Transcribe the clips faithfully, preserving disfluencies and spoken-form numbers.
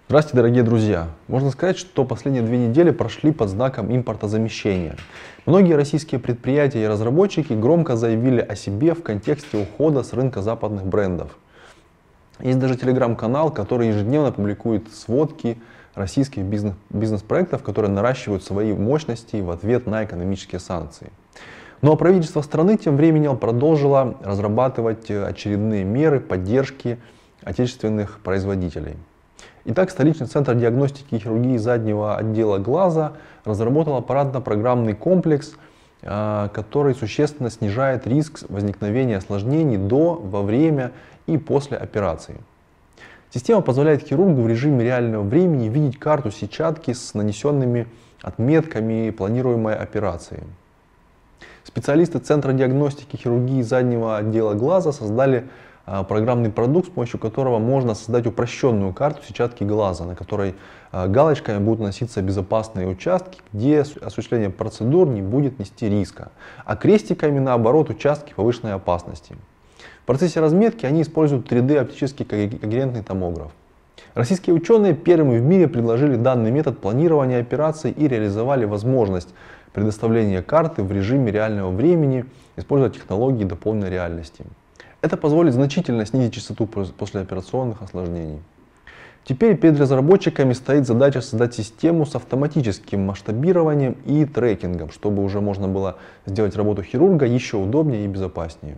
Здравствуйте, дорогие друзья! Можно сказать, что последние две недели прошли под знаком импортозамещения. Многие российские предприятия и разработчики громко заявили о себе в контексте ухода с рынка западных брендов. Есть даже телеграм-канал, который ежедневно публикует сводки российских бизнес- бизнес-проектов, которые наращивают свои мощности в ответ на экономические санкции. Но правительство страны тем временем продолжило разрабатывать очередные меры поддержки отечественных производителей. Итак, столичный центр диагностики и хирургии заднего отдела глаза разработал аппаратно-программный комплекс, который существенно снижает риск возникновения осложнений до, во время и после операции. Система позволяет хирургу в режиме реального времени видеть карту сетчатки с нанесенными отметками планируемой операции. Специалисты Центра диагностики и хирургии заднего отдела глаза создали программный продукт, с помощью которого можно создать упрощенную карту сетчатки глаза, на которой галочками будут носиться безопасные участки, где осуществление процедур не будет нести риска, а крестиками, наоборот, участки повышенной опасности. В процессе разметки они используют три дэ оптический когерентный томограф. Российские ученые первыми в мире предложили данный метод планирования операций и реализовали возможность предоставления карты в режиме реального времени, используя технологии дополненной реальности. Это позволит значительно снизить частоту послеоперационных осложнений. Теперь перед разработчиками стоит задача создать систему с автоматическим масштабированием и трекингом, чтобы уже можно было сделать работу хирурга еще удобнее и безопаснее.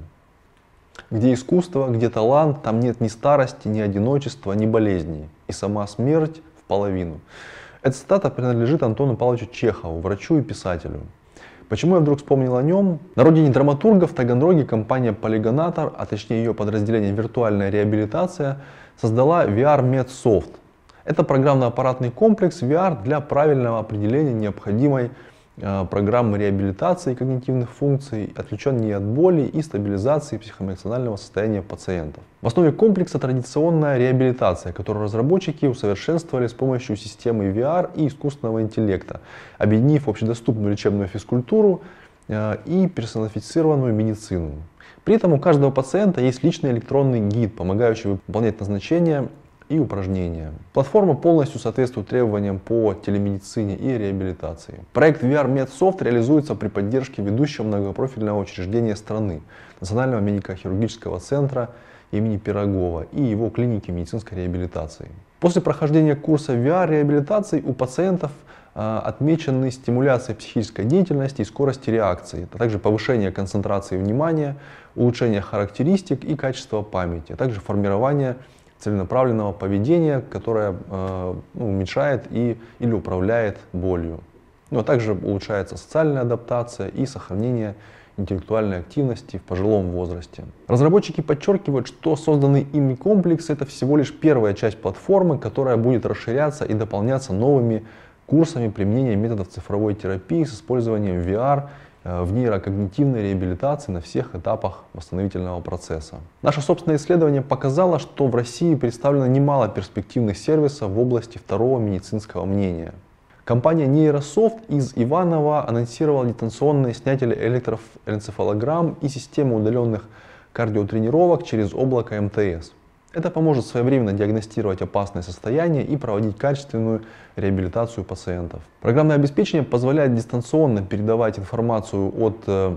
Где искусство, где талант, там нет ни старости, ни одиночества, ни болезней. И сама смерть в половину. Эта цитата принадлежит Антону Павловичу Чехову, врачу и писателю. Почему я вдруг вспомнил о нем? На родине драматурга в Таганроге компания Polygonator, а точнее ее подразделение «Виртуальная реабилитация», создала ви ар MedSoft. Это программно-аппаратный комплекс ви ар для правильного определения необходимой э, программы реабилитации когнитивных функций, отвлеченной от боли и стабилизации психоэмоционального состояния пациентов. В основе комплекса традиционная реабилитация, которую разработчики усовершенствовали с помощью системы ви ар и искусственного интеллекта, объединив общедоступную лечебную физкультуру э, и персонифицированную медицину. При этом у каждого пациента есть личный электронный гид, помогающий выполнять назначения и упражнения. Платформа полностью соответствует требованиям по телемедицине и реабилитации. Проект ви ар MedSoft реализуется при поддержке ведущего многопрофильного учреждения страны, Национального медико-хирургического центра имени Пирогова и его клиники медицинской реабилитации. После прохождения курса ви ар реабилитации у пациентов э, отмечены стимуляция психической деятельности и скорости реакции, а также повышение концентрации внимания, улучшение характеристик и качества памяти, а также формирование целенаправленного поведения, которое э, ну, уменьшает и, или управляет болью. Ну, а также улучшается социальная адаптация и сохранение интеллектуальной активности в пожилом возрасте. Разработчики подчеркивают, что созданный ими комплекс — это всего лишь первая часть платформы, которая будет расширяться и дополняться новыми курсами применения методов цифровой терапии с использованием ви ар в нейрокогнитивной реабилитации на всех этапах восстановительного процесса. Наше собственное исследование показало, что в России представлено немало перспективных сервисов в области второго медицинского мнения. Компания Нейрософт из Иваново анонсировала дистанционное снятие электроэнцефалограмм и систему удаленных кардиотренировок через облако эм тэ эс. Это поможет своевременно диагностировать опасные состояния и проводить качественную реабилитацию пациентов. Программное обеспечение позволяет дистанционно передавать информацию от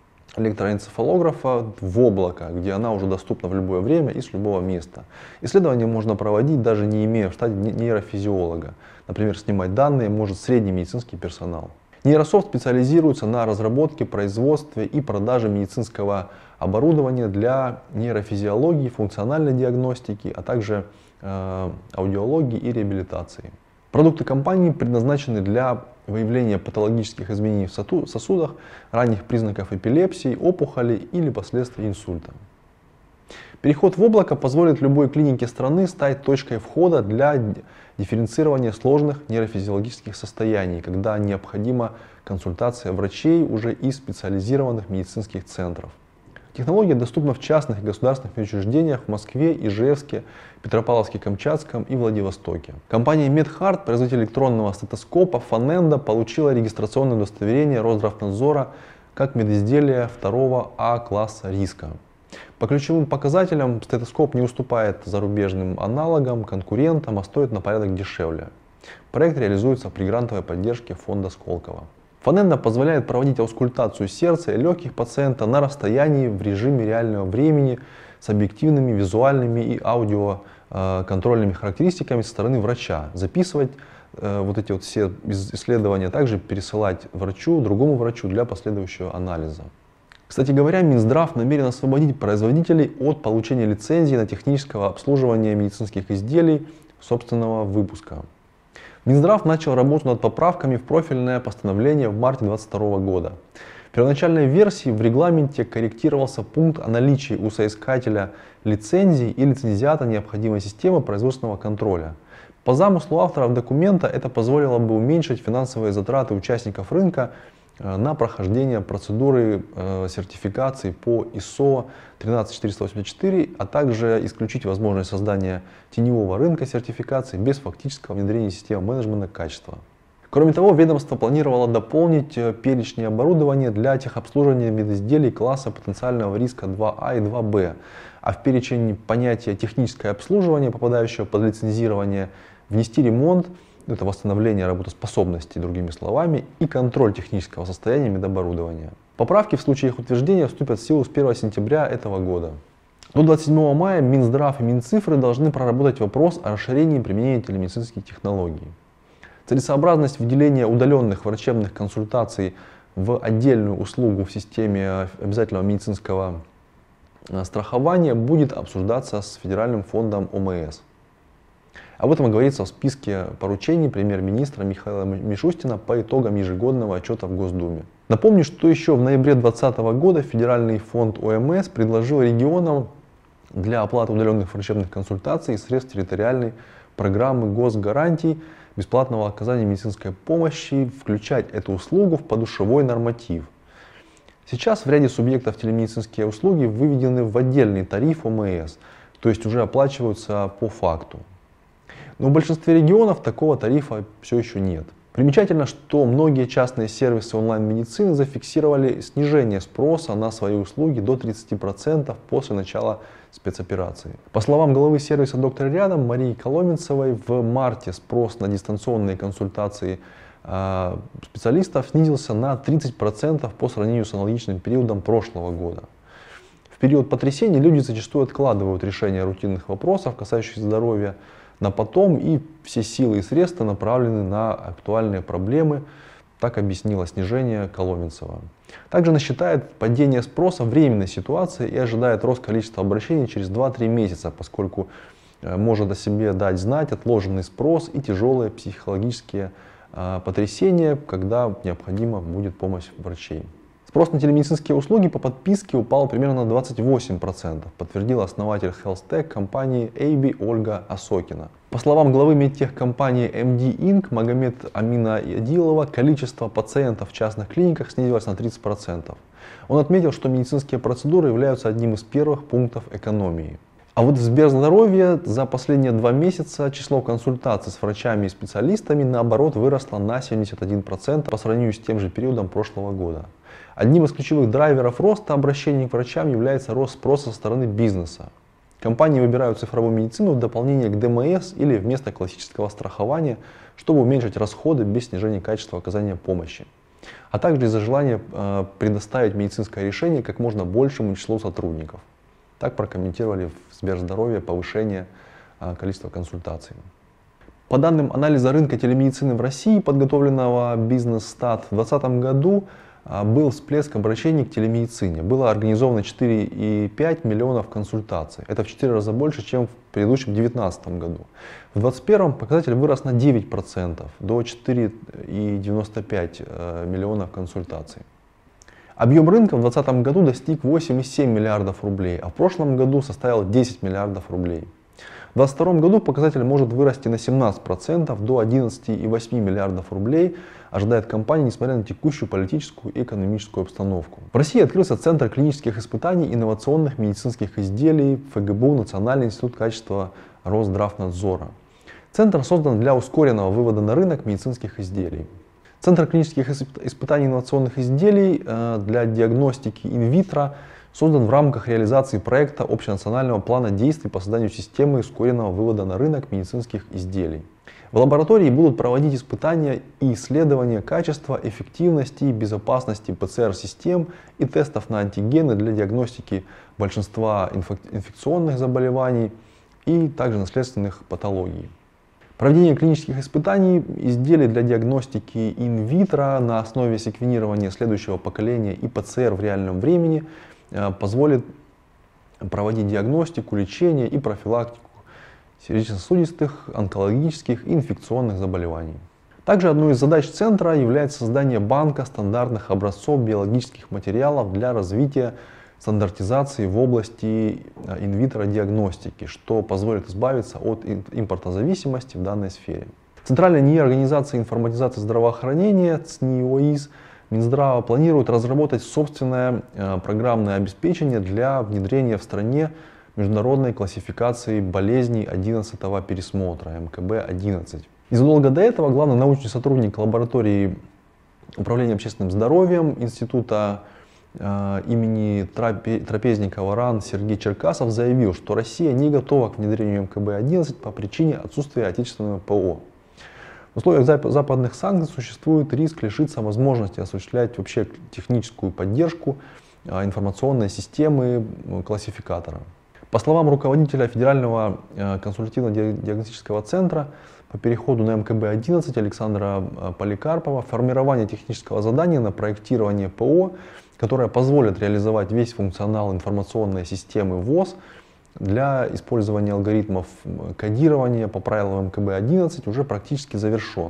электроэнцефалографа в облако, где она уже доступна в любое время и с любого места. Исследование можно проводить, даже не имея в штате нейрофизиолога. Например, снимать данные может средний медицинский персонал. Нейрософт специализируется на разработке, производстве и продаже медицинского оборудования для нейрофизиологии, функциональной диагностики, а также э, аудиологии и реабилитации. Продукты компании предназначены для выявления патологических изменений в сосудах, ранних признаков эпилепсии, опухолей или последствий инсульта. Переход в облако позволит любой клинике страны стать точкой входа для дифференцирования сложных нейрофизиологических состояний, когда необходима консультация врачей уже из специализированных медицинских центров. Технология доступна в частных и государственных учреждениях в Москве, Ижевске, Петропавловске-Камчатском и Владивостоке. Компания MedHeart, производитель электронного стетоскопа Фоненда, получила регистрационное удостоверение Росздравнадзора как медизделие второго А класса риска. По ключевым показателям стетоскоп не уступает зарубежным аналогам, конкурентам, а стоит на порядок дешевле. Проект реализуется при грантовой поддержке фонда Сколково. Фоненда позволяет проводить аускультацию сердца и легких пациента на расстоянии в режиме реального времени с объективными визуальными и аудиоконтрольными характеристиками со стороны врача. Записывать э, вот эти вот все исследования, также пересылать врачу, другому врачу для последующего анализа. Кстати говоря, Минздрав намерен освободить производителей от получения лицензии на техническое обслуживание медицинских изделий собственного выпуска. Минздрав начал работу над поправками в профильное постановление в марте две тысячи двадцать второго года. В первоначальной версии в регламенте корректировался пункт о наличии у соискателя лицензии и лицензиата необходимой системы производственного контроля. По замыслу авторов документа это позволило бы уменьшить финансовые затраты участников рынка на прохождение процедуры э, сертификации по ай эс о тринадцать четыреста восемьдесят четыре, а также исключить возможность создания теневого рынка сертификации без фактического внедрения системы менеджмента качества. Кроме того, ведомство планировало дополнить перечни оборудования для техобслуживания медизделий класса потенциального риска два а и два бэ, а в перечень понятия техническое обслуживание, попадающего под лицензирование, внести ремонт, это восстановление работоспособности, другими словами, и контроль технического состояния медоборудования. Поправки в случае их утверждения вступят в силу с первого сентября этого года. До двадцать седьмого мая Минздрав и Минцифры должны проработать вопрос о расширении применения телемедицинских технологий. Целесообразность введения удаленных врачебных консультаций в отдельную услугу в системе обязательного медицинского страхования будет обсуждаться с Федеральным фондом о эм эс. Об этом говорится в списке поручений премьер-министра Михаила Мишустина по итогам ежегодного отчета в Госдуме. Напомню, что еще в ноябре две тысячи двадцатого года Федеральный фонд о эм эс предложил регионам для оплаты удаленных врачебных консультаций и средств территориальной программы госгарантий бесплатного оказания медицинской помощи включать эту услугу в подушевой норматив. Сейчас в ряде субъектов телемедицинские услуги выведены в отдельный тариф о эм эс, то есть уже оплачиваются по факту. Но в большинстве регионов такого тарифа все еще нет. Примечательно, что многие частные сервисы онлайн-медицины зафиксировали снижение спроса на свои услуги до тридцати процентов после начала спецоперации. По словам главы сервиса «Доктор Рядом» Марии Коломенцевой, в марте спрос на дистанционные консультации э, специалистов снизился на тридцать процентов по сравнению с аналогичным периодом прошлого года. В период потрясений люди зачастую откладывают решение рутинных вопросов, касающихся здоровья, на потом, и все силы и средства направлены на актуальные проблемы, так объяснила снижение Коломенцева. Также она считает падение спроса временной ситуацией и ожидает рост количества обращений через два-три месяца, поскольку может о себе дать знать отложенный спрос и тяжелые психологические э, потрясения, когда необходима будет помощь врачей. Спрос на телемедицинские услуги по подписке упал примерно на двадцать восемь процентов, подтвердил основатель HealthTech компании эй би Ольга Осокина. По словам главы медтехкомпании эм ди инк Магомед Амина Адилова, количество пациентов в частных клиниках снизилось на тридцать процентов. Он отметил, что медицинские процедуры являются одним из первых пунктов экономии. А вот в Сберздоровье за последние два месяца число консультаций с врачами и специалистами наоборот выросло на семьдесят один процент по сравнению с тем же периодом прошлого года. Одним из ключевых драйверов роста обращений к врачам является рост спроса со стороны бизнеса. Компании выбирают цифровую медицину в дополнение к дэ эм эс или вместо классического страхования, чтобы уменьшить расходы без снижения качества оказания помощи, а также из-за желания э, предоставить медицинское решение как можно большему числу сотрудников. Так прокомментировали в Сберздоровье повышение э, количества консультаций. По данным анализа рынка телемедицины в России, подготовленного Бизнес-Стат, в две тысячи двадцатом году был всплеск обращений к телемедицине. Было организовано четыре и пять миллионов консультаций. Это в четыре раза больше, чем в предыдущем две тысячи девятнадцатом году. В две тысячи двадцать первом показатель вырос на девять процентов, до четырёх целых девяноста пяти сотых миллионов консультаций. Объем рынка в две тысячи двадцатом году достиг восемь целых семь десятых миллиардов рублей, а в прошлом году составил десять миллиардов рублей. В две тысячи двадцать втором году показатель может вырасти на семнадцать процентов, до одиннадцати целых восьми десятых миллиардов рублей, ожидает компания, несмотря на текущую политическую и экономическую обстановку. В России открылся Центр клинических испытаний инновационных медицинских изделий эф гэ бэ у Национальный институт качества Росздравнадзора. Центр создан для ускоренного вывода на рынок медицинских изделий. Центр клинических испытаний инновационных изделий для диагностики инвитро создан в рамках реализации проекта общенационального плана действий по созданию системы ускоренного вывода на рынок медицинских изделий. В лаборатории будут проводить испытания и исследования качества, эффективности и безопасности ПЦР-систем и тестов на антигены для диагностики большинства инфекционных заболеваний и также наследственных патологий. Проведение клинических испытаний изделий для диагностики инвитро на основе секвенирования следующего поколения и ПЦР в реальном времени позволит проводить диагностику, лечение и профилактику сердечно-сосудистых, онкологических и инфекционных заболеваний. Также одной из задач центра является создание банка стандартных образцов биологических материалов для развития стандартизации в области инвитро-диагностики, что позволит избавиться от импортозависимости в данной сфере. Центральная НИИ Организации информатизации здравоохранения ЦНИИ-ОИС Минздрава планирует разработать собственное программное обеспечение для внедрения в стране международной классификации болезней одиннадцатого пересмотра эм ка бэ одиннадцать. Незадолго до этого главный научный сотрудник лаборатории управления общественным здоровьем Института э, имени Трапе, Трапезникова РАН Сергей Черкасов заявил, что Россия не готова к внедрению эм ка бэ одиннадцать по причине отсутствия отечественного ПО. В условиях западных санкций существует риск лишиться возможности осуществлять вообще техническую поддержку э, информационной системы классификатора. По словам руководителя Федерального консультативно-диагностического центра по переходу на эм ка бэ одиннадцать Александра Поликарпова, формирование технического задания на проектирование ПО, которое позволит реализовать весь функционал информационной системы ВОЗ для использования алгоритмов кодирования по правилам эм ка бэ одиннадцать, уже практически завершен.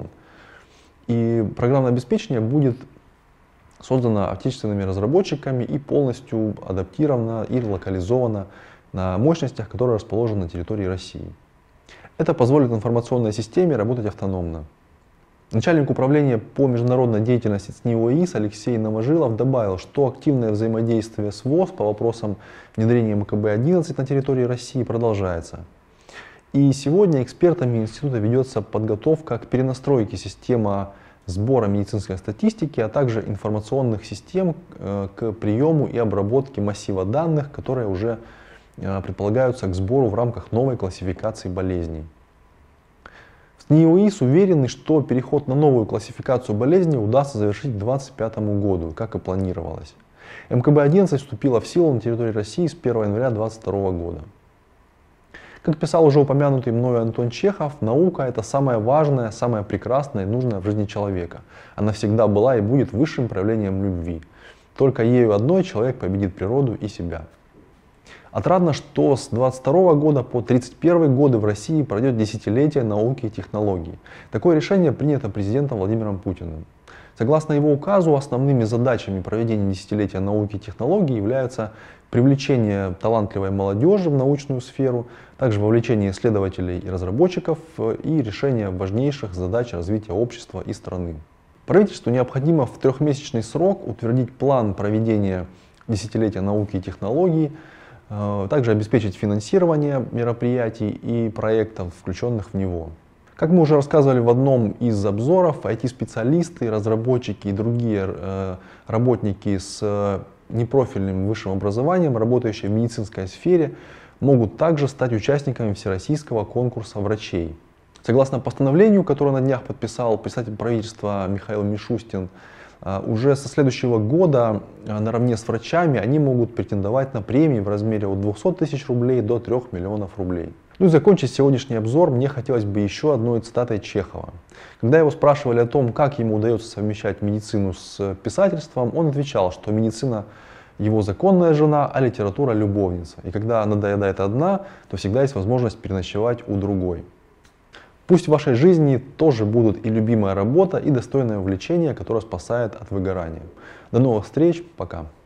И программное обеспечение будет создано отечественными разработчиками и полностью адаптировано и локализовано на мощностях, которые расположены на территории России. Это позволит информационной системе работать автономно. Начальник управления по международной деятельности ЦНИИ-ОИС Алексей Новожилов добавил, что активное взаимодействие с ВОЗ по вопросам внедрения эм ка бэ одиннадцать на территории России продолжается. И сегодня экспертами института ведется подготовка к перенастройке системы сбора медицинской статистики, а также информационных систем к приему и обработке массива данных, которые уже предполагаются к сбору в рамках новой классификации болезней. В ЦНИИ-ОИС уверены, что переход на новую классификацию болезней удастся завершить к две тысячи двадцать пятому году, как и планировалось. эм ка бэ одиннадцать вступила в силу на территории России с первого января две тысячи двадцать второго года. Как писал уже упомянутый мною Антон Чехов, наука — это самое важное, самое прекрасное и нужное в жизни человека. Она всегда была и будет высшим проявлением любви. Только ею одной человек победит природу и себя. Отрадно, что с двадцать второго года по тридцать первый годы в России пройдет десятилетие науки и технологий. Такое решение принято президентом Владимиром Путиным. Согласно его указу, основными задачами проведения десятилетия науки и технологий являются привлечение талантливой молодежи в научную сферу, также вовлечение исследователей и разработчиков и решение важнейших задач развития общества и страны. Правительству необходимо в трехмесячный срок утвердить план проведения десятилетия науки и технологий, также обеспечить финансирование мероприятий и проектов, включенных в него. Как мы уже рассказывали в одном из обзоров, ай ти-специалисты, разработчики и другие э, работники с непрофильным высшим образованием, работающие в медицинской сфере, могут также стать участниками Всероссийского конкурса врачей. Согласно постановлению, которое на днях подписал председатель правительства Михаил Мишустин, уже со следующего года наравне с врачами они могут претендовать на премии в размере от двухсот тысяч рублей до трёх миллионов рублей. Ну и закончить сегодняшний обзор мне хотелось бы еще одной цитатой Чехова. Когда его спрашивали о том, как ему удается совмещать медицину с писательством, он отвечал, что медицина его законная жена, а литература любовница. И когда надоедает одна, то всегда есть возможность переночевать у другой. Пусть в вашей жизни тоже будут и любимая работа, и достойное увлечение, которое спасает от выгорания. До новых встреч, пока!